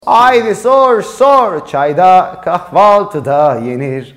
Haydi sor sor, çayda kahvaltıda yenir.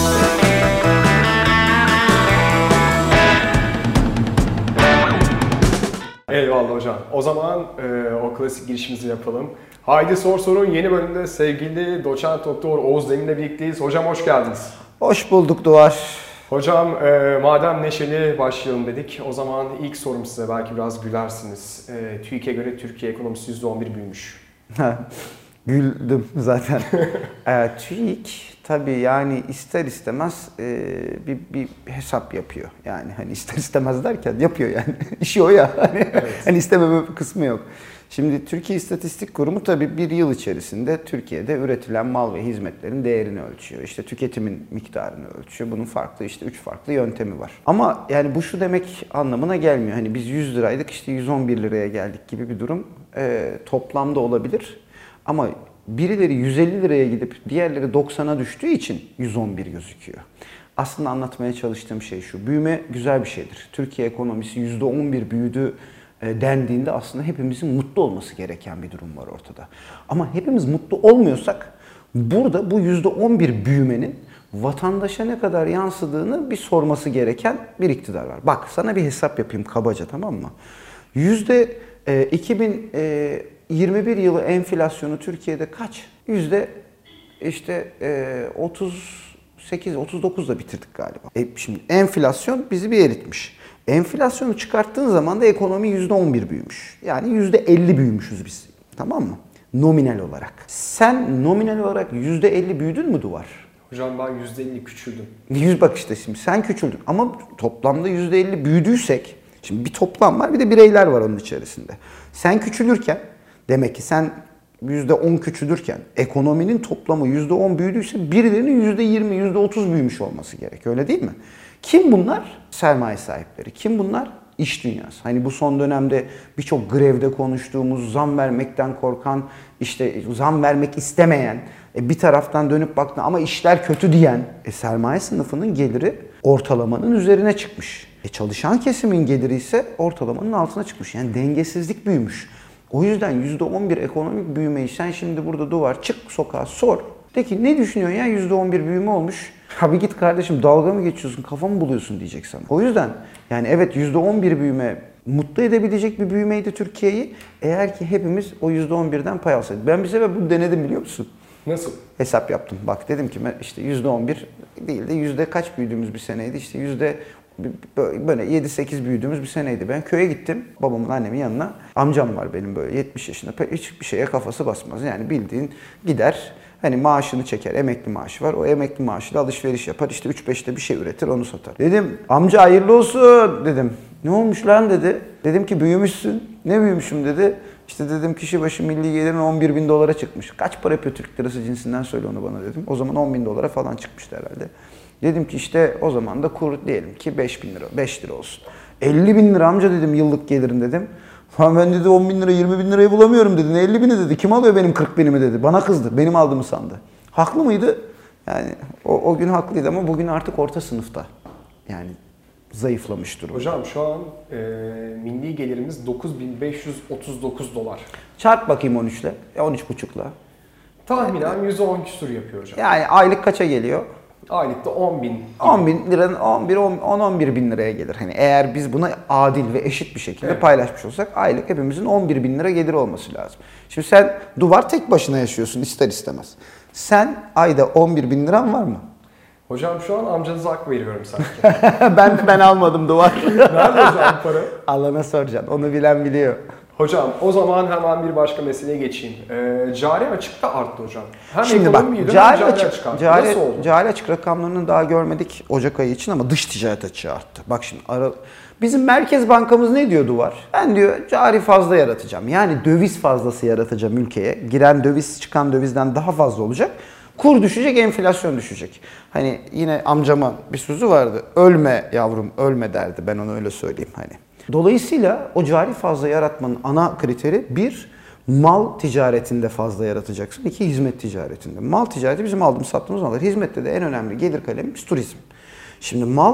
Eyvallah hocam. O zaman o klasik girişimizi yapalım. Haydi Sor Sor'un yeni bölümünde sevgili doçent doktor Oğuz Demir'le birlikteyiz. Hocam hoş geldiniz. Hoş bulduk Duvar. Hocam madem neşeli başlayalım dedik, o zaman ilk sorum size, belki biraz gülersiniz. TÜİK'e göre Türkiye ekonomisi %11 büyümüş. Güldüm zaten. TÜİK tabii yani ister istemez bir hesap yapıyor. Yani hani ister istemez derken yapıyor yani. İşi o ya. Hani istememe kısmı yok. Şimdi Türkiye İstatistik Kurumu tabii bir yıl içerisinde Türkiye'de üretilen mal ve hizmetlerin değerini ölçüyor. İşte tüketimin miktarını ölçüyor. Bunun farklı 3 farklı yöntemi var. Ama yani bu şu demek anlamına gelmiyor. Hani biz 100 liraydık işte 111 liraya geldik gibi bir durum toplamda olabilir. Ama birileri 150 liraya gidip diğerleri 90'a düştüğü için 111 gözüküyor. Aslında anlatmaya çalıştığım şey şu. Büyüme güzel bir şeydir. Türkiye ekonomisi %11 büyüdü dendiğinde aslında hepimizin mutlu olması gereken bir durum var ortada. Ama hepimiz mutlu olmuyorsak burada bu %11 büyümenin vatandaşa ne kadar yansıdığını bir sorması gereken bir iktidar var. Bak sana bir hesap yapayım kabaca, tamam mı? 2021 yılı enflasyonu Türkiye'de kaç? %39'da bitirdik galiba. Şimdi enflasyon bizi bir eritmiş. Enflasyonu çıkarttığın zaman da ekonomi %11 büyümüş. Yani %50 büyümüşüz biz. Tamam mı? Nominal olarak. Sen nominal olarak %50 büyüdün mü Duvar? Hocam ben %50 küçüldüm. Bak işte şimdi sen küçüldün. Ama toplamda %50 büyüdüysek, şimdi bir toplam var bir de bireyler var onun içerisinde. Sen küçülürken, demek ki sen %10 küçülürken ekonominin toplamı %10 büyüdüyse birilerinin %20, %30 büyümüş olması gerek. Öyle değil mi? Kim bunlar? Sermaye sahipleri. Kim bunlar? İş dünyası. Hani bu son dönemde birçok grevde konuştuğumuz, zam vermekten korkan, işte zam vermek istemeyen, bir taraftan dönüp baktığında ama işler kötü diyen sermaye sınıfının geliri ortalamanın üzerine çıkmış. Çalışan kesimin geliri ise ortalamanın altına çıkmış. Yani dengesizlik büyümüş. O yüzden %11 ekonomik büyümeyi sen şimdi burada Duvar çık sokağa sor. De ki ne düşünüyorsun ya, %11 büyüme olmuş. Abi git kardeşim, dalga mı geçiyorsun, kafa mı buluyorsun diyecek sana. O yüzden yani evet %11 büyüme mutlu edebilecek bir büyümeydi Türkiye'yi. Eğer ki hepimiz o %11'den pay alsaydık. Ben bir sefer bunu denedim, biliyor musun? Nasıl? Hesap yaptım. Bak dedim ki işte %11 değil de yüzde kaç büyüdüğümüz bir seneydi. İşte böyle 7-8 büyüdüğümüz bir seneydi. Ben köye gittim babamın, annemin yanına. Amcam var benim böyle 70 yaşında. Hiçbir şeye kafası basmaz. Yani bildiğin gider, hani maaşını çeker, emekli maaşı var. O emekli maaşıyla alışveriş yapar. İşte 3-5'te bir şey üretir, onu satar. Dedim amca hayırlı olsun dedim. Ne olmuş lan dedi. Dedim ki büyümüşsün. Ne büyümüşüm dedi. İşte dedim kişi başı milli gelirin 11 bin dolara çıkmış. Kaç para yapıyor Türk lirası cinsinden, söyle onu bana dedim. O zaman 10 bin dolara falan çıkmıştı herhalde. Dedim ki işte o zaman da kur diyelim ki 5 bin lira, 5 lira olsun. 50 bin lira amca dedim yıllık gelirin dedim. Ben dedi 10 bin lira, 20 bin lirayı bulamıyorum dedi. Ne 50 bini dedi. Kim alıyor benim 40 binimi dedi. Bana kızdı. Benim aldığımı sandı. Haklı mıydı? Yani o gün haklıydı ama bugün artık orta sınıfta. Yani zayıflamış durumda. Hocam şu an milli gelirimiz 9.539 dolar. Çarp bakayım 13 ile, 13,5'la. Tahminen 110 küsur yapıyor hocam. Yani aylık kaça geliyor? Aylıkta 10 bin. 10 bin liranın 10-11 bin liraya gelir. Hani eğer biz buna adil ve eşit bir şekilde paylaşmış olsak aylık hepimizin 11 bin lira geliri olması lazım. Şimdi sen Duvar tek başına yaşıyorsun ister istemez. Sen ayda 11 bin liran var mı? Hocam şu an amcanıza hak veriyorum sanki. ben almadım Duvar. Nerede hocam para? Allah'ına soracaksın. Onu bilen biliyor. Hocam o zaman hemen bir başka meseleye geçeyim. Cari açık da arttı hocam. Hem şimdi bak cari açık arttı. Nasıl oldu? Cari açık rakamlarını daha görmedik Ocak ayı için ama dış ticaret açığı arttı. Bak şimdi bizim Merkez Bankamız ne diyor Duvar? Ben diyor cari fazla yaratacağım. Yani döviz fazlası yaratacağım ülkeye. Giren döviz çıkan dövizden daha fazla olacak. Kur düşecek, enflasyon düşecek. Hani yine amcama bir sözü vardı. Ölme yavrum, ölme derdi. Ben onu öyle söyleyeyim hani. Dolayısıyla o cari fazla yaratmanın ana kriteri bir, mal ticaretinde fazla yaratacaksın. İki, hizmet ticaretinde. Mal ticareti bizim aldığımız sattığımız mallar. Hizmette de en önemli gelir kalemimiz turizm. Şimdi mal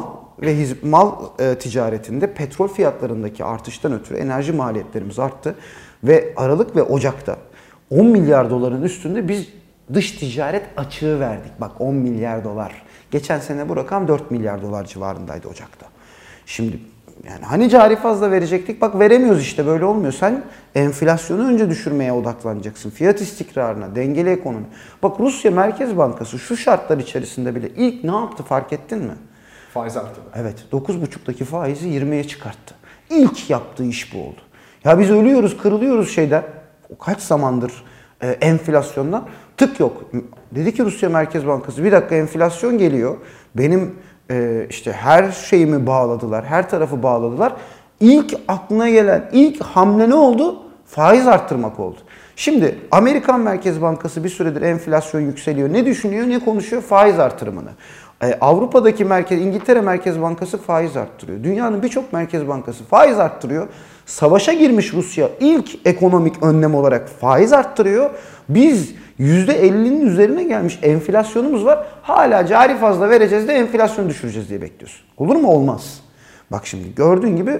ticaretinde petrol fiyatlarındaki artıştan ötürü enerji maliyetlerimiz arttı. Ve Aralık ve Ocak'ta 10 milyar doların üstünde biz dış ticaret açığı verdik. Bak 10 milyar dolar. Geçen sene bu rakam 4 milyar dolar civarındaydı Ocak'ta. Şimdi yani hani cari fazla verecektik, bak veremiyoruz işte, böyle olmuyor. Sen enflasyonu önce düşürmeye odaklanacaksın. Fiyat istikrarına, dengeli ekonomi. Bak Rusya Merkez Bankası şu şartlar içerisinde bile ilk ne yaptı fark ettin mi? Faiz arttı. Evet, 9,5'taki faizi 20'ye çıkarttı. İlk yaptığı iş bu oldu. Ya biz ölüyoruz, kırılıyoruz şeyden. Kaç zamandır enflasyondan tık yok. Dedi ki Rusya Merkez Bankası, bir dakika enflasyon geliyor. Benim işte her şeyimi bağladılar, her tarafı bağladılar. İlk aklına gelen, ilk hamle ne oldu? Faiz arttırmak oldu. Şimdi Amerikan Merkez Bankası bir süredir enflasyon yükseliyor. Ne düşünüyor, ne konuşuyor? Faiz artırımını. Avrupa'daki İngiltere Merkez Bankası faiz arttırıyor. Dünyanın birçok merkez bankası faiz arttırıyor. Savaşa girmiş Rusya ilk ekonomik önlem olarak faiz arttırıyor. Biz %50'nin üzerine gelmiş enflasyonumuz var. Hala cari fazla vereceğiz de enflasyonu düşüreceğiz diye bekliyorsun. Olur mu? Olmaz. Bak şimdi gördüğün gibi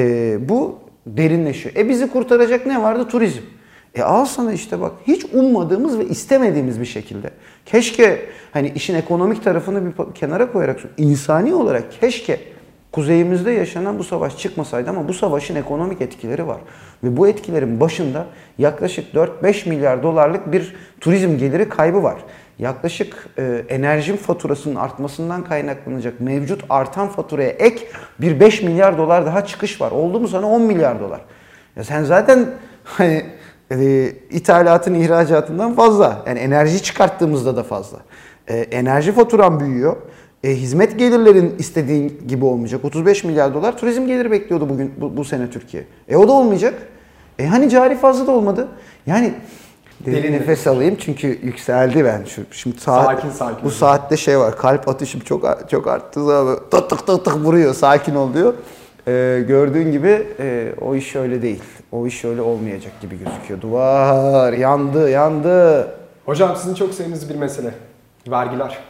bu derinleşiyor. Bizi kurtaracak ne vardı? Turizm. Al sana işte bak, hiç ummadığımız ve istemediğimiz bir şekilde. Keşke hani işin ekonomik tarafını bir kenara koyarak, insani olarak keşke kuzeyimizde yaşanan bu savaş çıkmasaydı, ama bu savaşın ekonomik etkileri var. Ve bu etkilerin başında yaklaşık 4-5 milyar dolarlık bir turizm geliri kaybı var. Yaklaşık enerji faturasının artmasından kaynaklanacak mevcut artan faturaya ek bir 5 milyar dolar daha çıkış var. Oldu mu sana 10 milyar dolar. Ya sen zaten hani ithalatın ihracatından fazla. Yani enerji çıkarttığımızda da fazla. Enerji faturan büyüyor. Hizmet gelirlerin istediğin gibi olmayacak. 35 milyar dolar turizm geliri bekliyordu bu sene Türkiye. O da olmayacak. Hani cari fazla da olmadı. Yani derin nefes alayım çünkü yükseldi ben. Şimdi Sakin. Bu saatte şey var. Kalp atışım çok arttı. Tık tık tık tık vuruyor. Sakin ol diyor. Gördüğün gibi o iş öyle değil. O iş öyle olmayacak gibi gözüküyor. Duvar yandı. Hocam sizin çok sevdiğiniz bir mesele. Vergiler.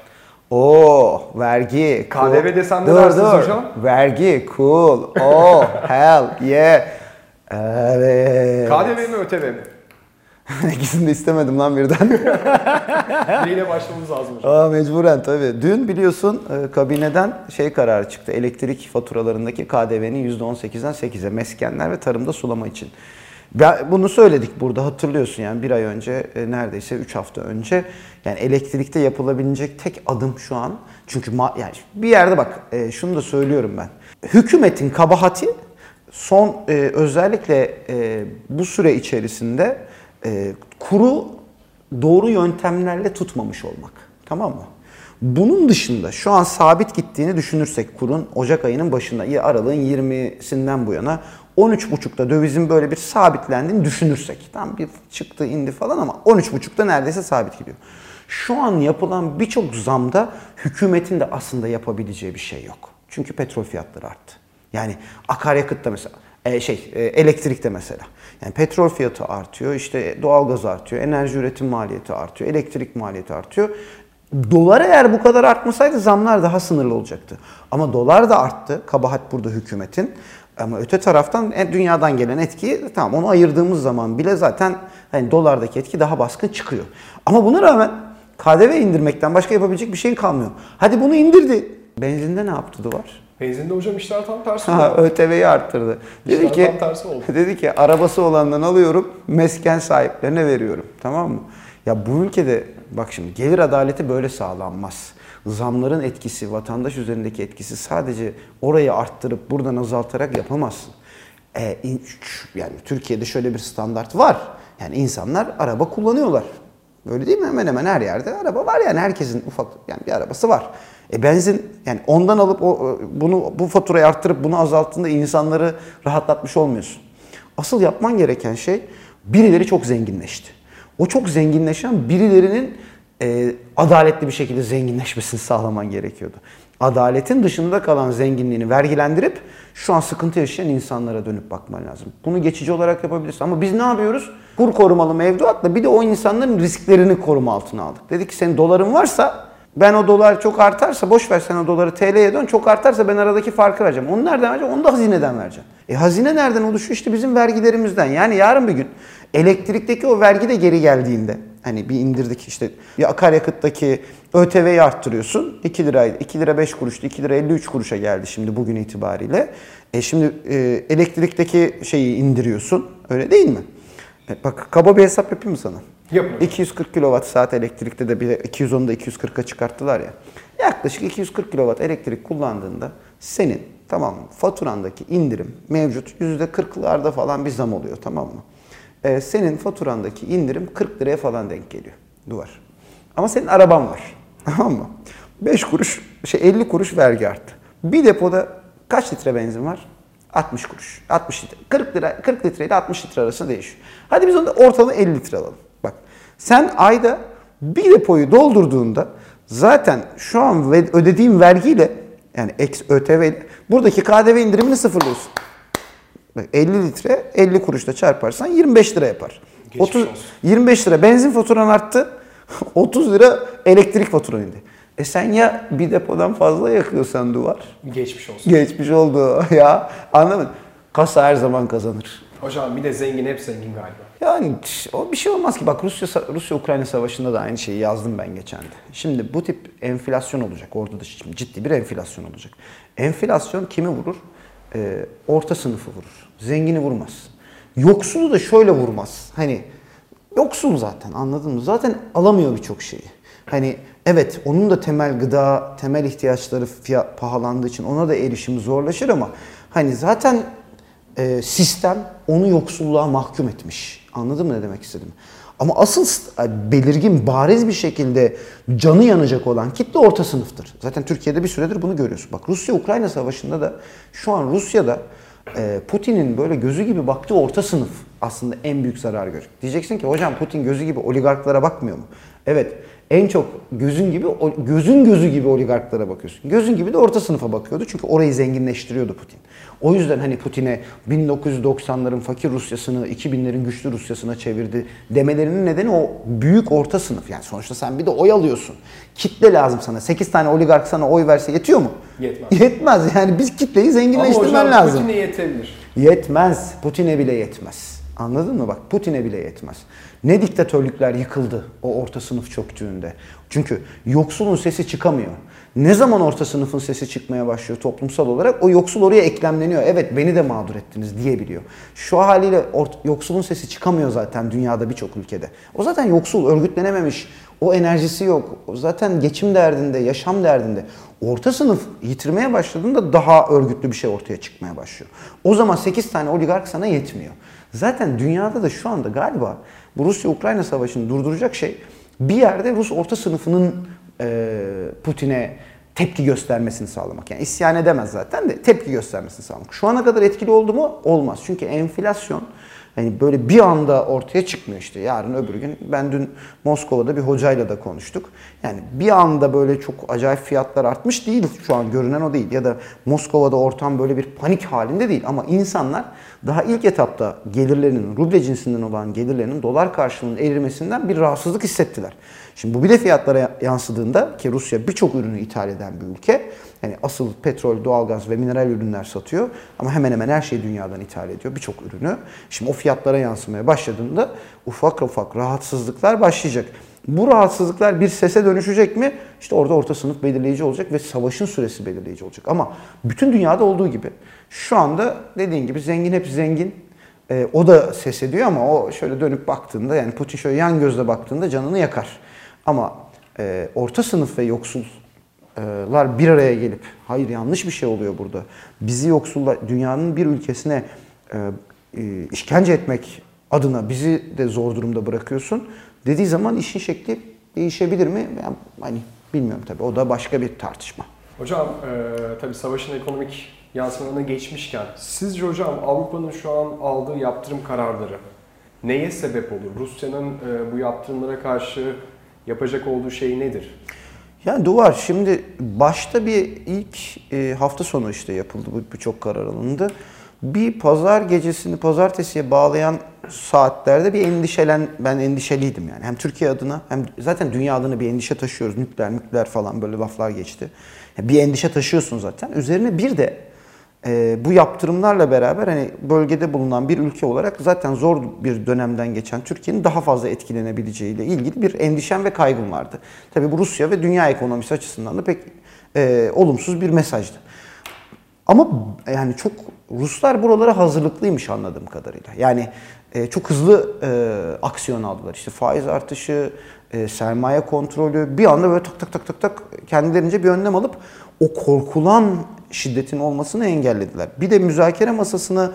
Vergi. KDV desem ne dersiniz hocam? Vergi, cool. Hell yeah. Evet. KDV mi ÖTV mi? İkisini de istemedim lan birden. Neyle başlamamız lazım hocam? Mecburen tabii. Dün biliyorsun kabineden kararı çıktı. Elektrik faturalarındaki KDV'nin %18'den 8'e meskenler ve tarımda sulama için. Bunu söyledik burada, hatırlıyorsun yani bir ay önce, neredeyse 3 hafta önce. Yani elektrikte yapılabilecek tek adım şu an. Çünkü yani bir yerde bak, şunu da söylüyorum ben. Hükümetin kabahati son özellikle bu süre içerisinde kuru doğru yöntemlerle tutmamış olmak. Tamam mı? Bunun dışında şu an sabit gittiğini düşünürsek kurun Ocak ayının başında, aralığın 20'sinden bu yana 13,5'ta dövizin böyle bir sabitlendiğini düşünürsek. Tam bir çıktı indi falan ama 13,5'ta neredeyse sabit gidiyor. Şu an yapılan birçok zamda hükümetin de aslında yapabileceği bir şey yok. Çünkü petrol fiyatları arttı. Yani akaryakıtta mesela, elektrikte mesela. Yani petrol fiyatı artıyor, işte doğalgaz artıyor, enerji üretim maliyeti artıyor, elektrik maliyeti artıyor. Dolar eğer bu kadar artmasaydı zamlar daha sınırlı olacaktı. Ama dolar da arttı. Kabahat burada hükümetin. Ama öte taraftan dünyadan gelen etki, tamam, onu ayırdığımız zaman bile zaten hani dolardaki etki daha baskın çıkıyor. Ama buna rağmen KDV indirmekten başka yapabilecek bir şeyin kalmıyor. Hadi bunu indirdi. Benzinde ne yaptı duvar? Benzinde hocam işler tam tersi oldu. ÖTV'yi arttırdı. Dedi ki arabası olandan alıyorum, mesken sahiplerine veriyorum. Tamam mı? Ya bu ülkede bak şimdi gelir adaleti böyle sağlanmaz. Zamların etkisi, vatandaş üzerindeki etkisi sadece orayı arttırıp buradan azaltarak yapamazsın. Yani Türkiye'de şöyle bir standart var. Yani insanlar araba kullanıyorlar. Öyle değil mi? Hemen hemen her yerde araba var, yani herkesin ufak yani bir arabası var. Benzin, yani ondan alıp bu faturayı arttırıp bunu azalttığında insanları rahatlatmış olmuyorsun. Asıl yapman gereken şey, birileri çok zenginleşti. O çok zenginleşen birilerinin adaletli bir şekilde zenginleşmesini sağlaman gerekiyordu. Adaletin dışında kalan zenginliğini vergilendirip şu an sıkıntı yaşayan insanlara dönüp bakman lazım. Bunu geçici olarak yapabilirsin. Ama biz ne yapıyoruz? Kur korumalı mevduatla bir de o insanların risklerini koruma altına aldık. Dedik ki senin doların varsa, ben o dolar çok artarsa, boş ver sen o doları TL'ye dön, çok artarsa ben aradaki farkı vereceğim. Onu nereden vereceğim? Onu da hazineden vereceğim. Hazine nereden oluşuyor? İşte bizim vergilerimizden. Yani yarın bir gün elektrikteki o vergi de geri geldiğinde, hani bir indirdik işte, bir akaryakıttaki ÖTV'yi arttırıyorsun. 2 liraydı. 2 lira 5 kuruştu. 2 lira 53 kuruşa geldi şimdi bugün itibariyle. Şimdi elektrikteki şeyi indiriyorsun. Öyle değil mi? Bak kaba bir hesap yapayım mı sana? Yapın. 240 kWh saat elektrikte de bir 210'da 240'a çıkarttılar ya. Yaklaşık 240 kW elektrik kullandığında senin, tamam mı, faturandaki indirim mevcut %40'larda falan bir zam oluyor, tamam mı? Senin faturandaki indirim 40 liraya falan denk geliyor, duvar. Ama senin araban var, tamam mı? 5 kuruş, 50 kuruş vergi arttı. Bir depoda kaç litre benzin var? 60 kuruş. 60 litre. 40 litre ile 60 litre arasında değişiyor. Hadi biz onu ortalama 50 litre alalım. Bak, sen ayda bir depoyu doldurduğunda zaten şu an ödediğin vergiyle, yani ex ÖTV ile buradaki KDV indirimini sıfırlıyorsun. Bak, 50 litre 50 kuruşla çarparsan 25 lira yapar. 25 lira benzin faturan arttı. 30 lira elektrik faturan indi. Sen ya bir depodan fazla yakıyorsan duvar. Geçmiş olsun. Geçmiş oldu ya. Anlamadın? Kasa her zaman kazanır. Hocam bir de zengin hep zengin galiba. Yani o bir şey olmaz ki. Bak Rusya-Ukrayna savaşında da aynı şeyi yazdım ben geçen de. Şimdi bu tip enflasyon olacak. Orada da şimdi ciddi bir enflasyon olacak. Enflasyon kimi vurur? Orta sınıfı vurur. Zengini vurmaz. Yoksulu da şöyle vurmaz. Hani yoksul zaten, anladın mı? Zaten alamıyor birçok şeyi. Hani evet, onun da temel gıda, temel ihtiyaçları fiyat pahalandığı için ona da erişim zorlaşır ama hani zaten sistem onu yoksulluğa mahkum etmiş. Anladın mı ne demek istedim? Ama asıl belirgin, bariz bir şekilde canı yanacak olan kitle orta sınıftır. Zaten Türkiye'de bir süredir bunu görüyorsun. Bak, Rusya-Ukrayna savaşında da şu an Rusya'da Putin'in böyle gözü gibi baktığı orta sınıf aslında en büyük zarar görüyor. Diyeceksin ki hocam Putin gözü gibi oligarklara bakmıyor mu? Evet, en çok gözün gözü gibi oligarklara bakıyorsun. Gözün gibi de orta sınıfa bakıyordu çünkü orayı zenginleştiriyordu Putin. O yüzden hani Putin'e 1990'ların fakir Rusyasını 2000'lerin güçlü Rusyasına çevirdi demelerinin nedeni o büyük orta sınıf. Yani sonuçta sen bir de oy alıyorsun. Kitle lazım sana. 8 tane oligark sana oy verse yetiyor mu? Yetmez. Yetmez. Yani biz kitleyi zenginleştirmen lazım. lazım. Putin'e yetebilir. Yetmez. Putin'e bile yetmez. Anladın mı? Bak, Putin'e bile yetmez. Ne diktatörlükler yıkıldı o orta sınıf çöktüğünde. Çünkü yoksulun sesi çıkamıyor. Ne zaman orta sınıfın sesi çıkmaya başlıyor toplumsal olarak, o yoksul oraya eklemleniyor. Evet, beni de mağdur ettiniz diyebiliyor. Şu haliyle yoksulun sesi çıkamıyor zaten dünyada birçok ülkede. O zaten yoksul, örgütlenememiş, o enerjisi yok. O zaten geçim derdinde, yaşam derdinde. Orta sınıf yitirmeye başladığında daha örgütlü bir şey ortaya çıkmaya başlıyor. O zaman 8 tane oligark sana yetmiyor. Zaten dünyada da şu anda galiba bu Rusya-Ukrayna savaşını durduracak şey bir yerde Rus orta sınıfının Putin'e tepki göstermesini sağlamak. Yani isyan edemez zaten de tepki göstermesini sağlamak. Şu ana kadar etkili oldu mu? Olmaz. Çünkü enflasyon hani böyle bir anda ortaya çıkmıyor işte. Yarın öbür gün, ben dün Moskova'da bir hocayla da konuştuk. Yani bir anda böyle çok acayip fiyatlar artmış değil, şu an görünen o değil. Ya da Moskova'da ortam böyle bir panik halinde değil. Ama insanlar daha ilk etapta gelirlerinin, ruble cinsinden olan gelirlerinin dolar karşılığının erimesinden bir rahatsızlık hissettiler. Şimdi bu bir de fiyatlara yansıdığında, ki Rusya birçok ürünü ithal eden bir ülke. Yani asıl petrol, doğalgaz ve mineral ürünler satıyor ama hemen hemen her şeyi dünyadan ithal ediyor, birçok ürünü. Şimdi o fiyatlara yansımaya başladığında ufak ufak rahatsızlıklar başlayacak. Bu rahatsızlıklar bir sese dönüşecek mi? İşte orada orta sınıf belirleyici olacak ve savaşın süresi belirleyici olacak. Ama bütün dünyada olduğu gibi şu anda dediğin gibi zengin hep zengin. O da ses ediyor ama o şöyle dönüp baktığında, yani Putin şöyle yan gözle baktığında canını yakar. Ama orta sınıf ve yoksullar bir araya gelip hayır, yanlış bir şey oluyor burada, bizi yoksullar, dünyanın bir ülkesine işkence etmek adına bizi de zor durumda bırakıyorsun dediği zaman işin şekli değişebilir mi? Yani, hani bilmiyorum tabii, o da başka bir tartışma. Hocam tabii savaşın ekonomik yansımalarına geçmişken sizce hocam Avrupa'nın şu an aldığı yaptırım kararları neye sebep olur? Rusya'nın bu yaptırımlara karşı yapacak olduğu şey nedir? Yani duvar, şimdi başta bir ilk hafta sonu işte yapıldı, birçok karar alındı. Bir pazar gecesini pazartesiye bağlayan saatlerde ben endişeliydim yani. Hem Türkiye adına hem zaten dünya adına bir endişe taşıyoruz. Nükleer falan böyle laflar geçti. Yani bir endişe taşıyorsun zaten. Üzerine bir de bu yaptırımlarla beraber hani bölgede bulunan bir ülke olarak zaten zor bir dönemden geçen Türkiye'nin daha fazla etkilenebileceğiyle ilgili bir endişem ve kaygım vardı. Tabii bu Rusya ve dünya ekonomisi açısından da pek olumsuz bir mesajdı. Ama yani çok Ruslar buralara hazırlıklıymış anladığım kadarıyla. Yani çok hızlı aksiyon aldılar. İşte faiz artışı, sermaye kontrolü bir anda böyle tak tak tak tak tak kendilerince bir önlem alıp o korkulan şiddetin olmasını engellediler. Bir de müzakere masasının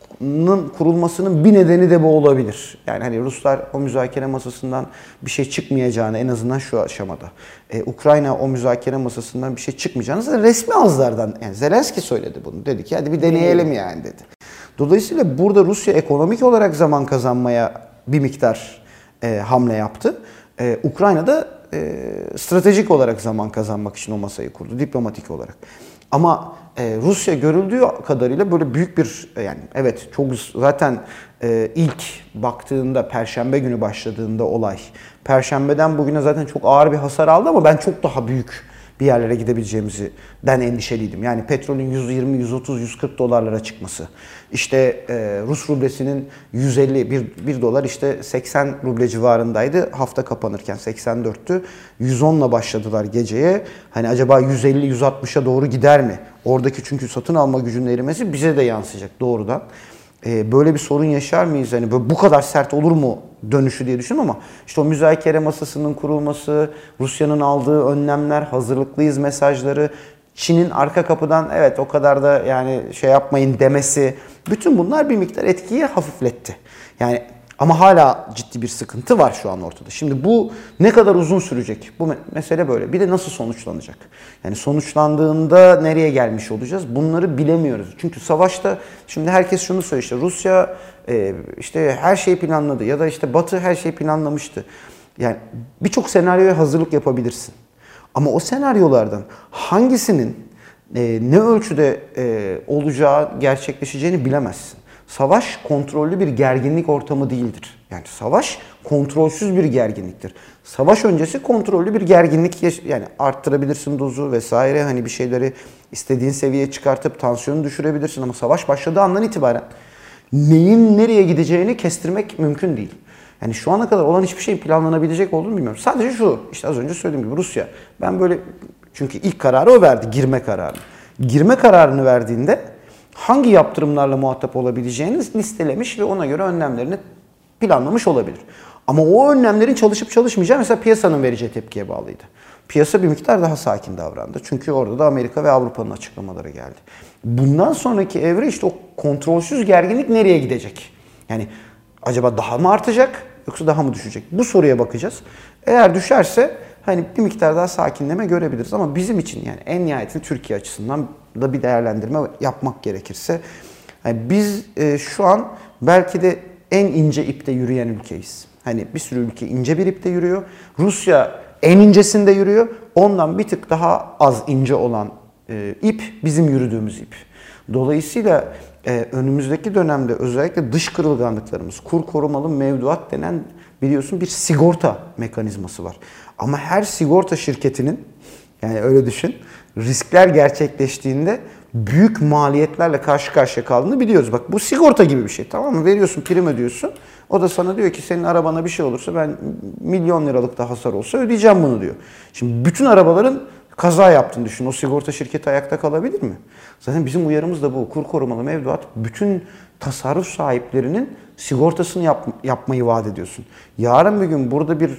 kurulmasının bir nedeni de bu olabilir. Yani hani Ruslar o müzakere masasından bir şey çıkmayacağını en azından şu aşamada. Ukrayna o müzakere masasından bir şey çıkmayacağını resmi ağızlardan yani Zelenski söyledi bunu. Dedi ki hadi bir deneyelim yani dedi. Dolayısıyla burada Rusya ekonomik olarak zaman kazanmaya bir miktar hamle yaptı. Ukrayna da stratejik olarak zaman kazanmak için o masayı kurdu, diplomatik olarak. Ama Rusya görüldüğü kadarıyla böyle büyük bir yani evet çok zaten ilk baktığında Perşembe günü başladığında olay. Perşembeden bugüne zaten çok ağır bir hasar aldı ama ben çok daha büyük bir yerlere gidebileceğimizden endişeliydim. Yani petrolün 120, 130, 140 dolarlara çıkması. İşte Rus rublesinin 150, 1 dolar işte 80 ruble civarındaydı. Hafta kapanırken 84'tü. 110'la başladılar geceye. Hani acaba 150, 160'a doğru gider mi? Oradaki çünkü satın alma gücünün erimesi bize de yansıyacak doğrudan. Böyle bir sorun yaşar mıyız? Hani bu kadar sert olur mu dönüşü diye düşündüm ama işte o müzakere masasının kurulması, Rusya'nın aldığı önlemler, hazırlıklıyız mesajları, Çin'in arka kapıdan evet o kadar da yani şey yapmayın demesi, bütün bunlar bir miktar etkiyi hafifletti. Yani ama hala ciddi bir sıkıntı var şu an ortada. Şimdi bu ne kadar uzun sürecek? Bu mesele böyle. Bir de nasıl sonuçlanacak? Yani sonuçlandığında nereye gelmiş olacağız? Bunları bilemiyoruz. Çünkü savaşta şimdi herkes şunu söylüyor işte Rusya işte her şeyi planladı ya da işte Batı her şeyi planlamıştı. Yani birçok senaryoya hazırlık yapabilirsin. Ama o senaryolardan hangisinin ne ölçüde olacağı, gerçekleşeceğini bilemezsin. Savaş kontrollü bir gerginlik ortamı değildir. Yani savaş kontrolsüz bir gerginliktir. Savaş öncesi kontrollü bir gerginlik yani arttırabilirsin dozu vesaire hani bir şeyleri istediğin seviyeye çıkartıp tansiyonu düşürebilirsin ama savaş başladığı andan itibaren neyin nereye gideceğini kestirmek mümkün değil. Yani şu ana kadar olan hiçbir şeyin planlanabilecek olduğunu bilmiyorum. Sadece şu işte az önce söylediğim gibi Rusya ben böyle çünkü ilk kararı o verdi girme kararını. Girme kararını verdiğinde hangi yaptırımlarla muhatap olabileceğini listelemiş ve ona göre önlemlerini planlamış olabilir. Ama o önlemlerin çalışıp çalışmayacağı mesela piyasanın vereceği tepkiye bağlıydı. Piyasa bir miktar daha sakin davrandı. Çünkü orada da Amerika ve Avrupa'nın açıklamaları geldi. Bundan sonraki evre işte o kontrolsüz gerginlik nereye gidecek? Yani acaba daha mı artacak yoksa daha mı düşecek? Bu soruya bakacağız. Eğer düşerse hani bir miktar daha sakinleme görebiliriz ama bizim için yani en nihayetinde Türkiye açısından da bir değerlendirme yapmak gerekirse yani biz şu an belki de en ince ipte yürüyen ülkeyiz. Hani bir sürü ülke ince bir ipte yürüyor. Rusya en incesinde yürüyor. Ondan bir tık daha az ince olan ip bizim yürüdüğümüz ip. Dolayısıyla önümüzdeki dönemde özellikle dış kırılganlıklarımız, kur korumalı mevduat denen biliyorsun bir sigorta mekanizması var. Ama her sigorta şirketinin yani öyle düşün riskler gerçekleştiğinde büyük maliyetlerle karşı karşıya kaldığını biliyoruz. Bak bu sigorta gibi bir şey tamam mı? Veriyorsun prim ödüyorsun. O da sana diyor ki senin arabana bir şey olursa ben milyon liralık da hasar olsa ödeyeceğim bunu diyor. Şimdi bütün arabaların kaza yaptığını düşün. O sigorta şirketi ayakta kalabilir mi? Zaten bizim uyarımız da bu. Kur korumalı mevduat bütün tasarruf sahiplerinin sigortasını yapmayı vaat ediyorsun. Yarın bir gün burada bir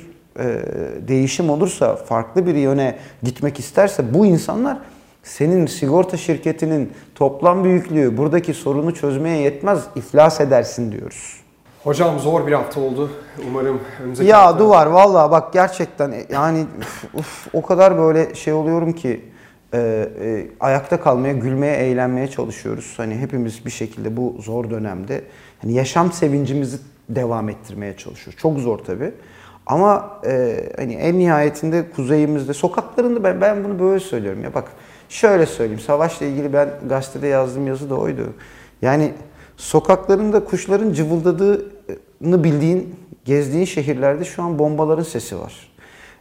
değişim olursa, farklı bir yöne gitmek isterse bu insanlar senin sigorta şirketinin toplam büyüklüğü buradaki sorunu çözmeye yetmez, iflas edersin diyoruz. Hocam zor bir hafta oldu. Umarım önümüzdeki ya hafta... Duvar vallahi bak gerçekten yani o kadar böyle şey oluyorum ki ayakta kalmaya, gülmeye, eğlenmeye çalışıyoruz. Hani hepimiz bir şekilde bu zor dönemde hani yaşam sevincimizi devam ettirmeye çalışıyoruz. Çok zor tabii. Ama hani en nihayetinde kuzeyimizde, sokaklarında ben bunu böyle söylüyorum ya bak şöyle söyleyeyim. Savaşla ilgili ben gazetede yazdığım yazı da oydu. Yani sokaklarında kuşların cıvıldadığını bildiğin, gezdiğin şehirlerde şu an bombaların sesi var.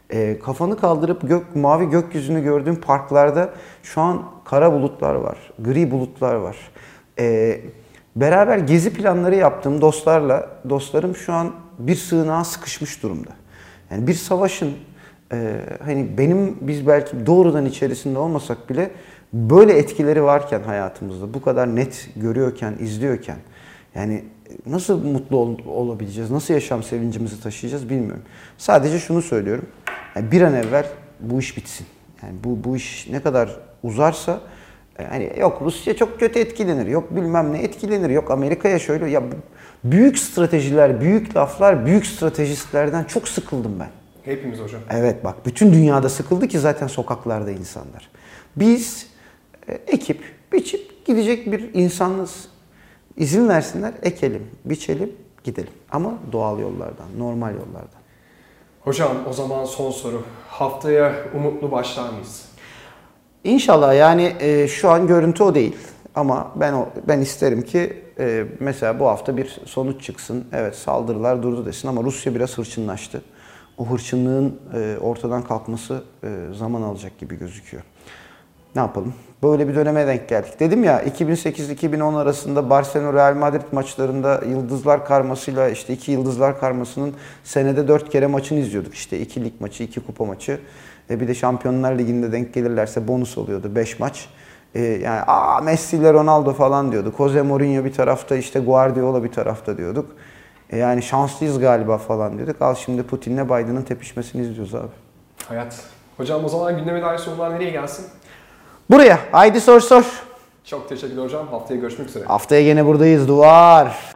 Kafanı kaldırıp mavi gökyüzünü gördüğün parklarda şu an kara bulutlar var, gri bulutlar var. Beraber gezi planları yaptığım dostlarım şu an bir sığınağa sıkışmış durumda. Yani bir savaşın hani biz belki doğrudan içerisinde olmasak bile böyle etkileri varken hayatımızda, bu kadar net görüyorken, izliyorken yani nasıl mutlu olabileceğiz, nasıl yaşam sevincimizi taşıyacağız bilmiyorum. Sadece şunu söylüyorum, yani bir an evvel bu iş bitsin. Yani bu iş ne kadar uzarsa hani yok Rusya çok kötü etkilenir, yok bilmem ne etkilenir, yok Amerika'ya şöyle ya büyük stratejiler, büyük laflar, büyük stratejistlerden çok sıkıldım ben. Hepimiz hocam. Evet bak bütün dünyada sıkıldı ki zaten sokaklarda insanlar. Biz ekip, biçip gidecek bir insanız. İzin versinler, ekelim, biçelim, gidelim. Ama doğal yollardan, normal yollardan. Hocam o zaman son soru. Haftaya umutlu başlar mıyız? İnşallah yani şu an görüntü o değil. Ama ben isterim ki mesela bu hafta bir sonuç çıksın. Evet saldırılar durdu desin ama Rusya biraz hırçınlaştı. O hırçınlığın ortadan kalkması zaman alacak gibi gözüküyor. Ne yapalım? Böyle bir döneme denk geldik. Dedim ya 2008-2010 arasında Barcelona Real Madrid maçlarında yıldızlar karmasıyla işte 2 yıldızlar karmasının senede 4 kere maçını izliyorduk. İşte 2 lig maçı, 2 kupa maçı. Bir de Şampiyonlar Ligi'nde denk gelirlerse bonus oluyordu 5 maç. Yani Messi ile Ronaldo falan diyorduk. Jose Mourinho bir tarafta işte Guardiola bir tarafta diyorduk. Yani şanslıyız galiba falan diyorduk. Al şimdi Putin'le Biden'ın tepişmesini izliyoruz abi. Hayat. Hocam o zaman gündeme dair sorular nereye gelsin? Buraya. Haydi sor. Çok teşekkürler hocam. Haftaya görüşmek üzere. Haftaya gene buradayız. Duvar.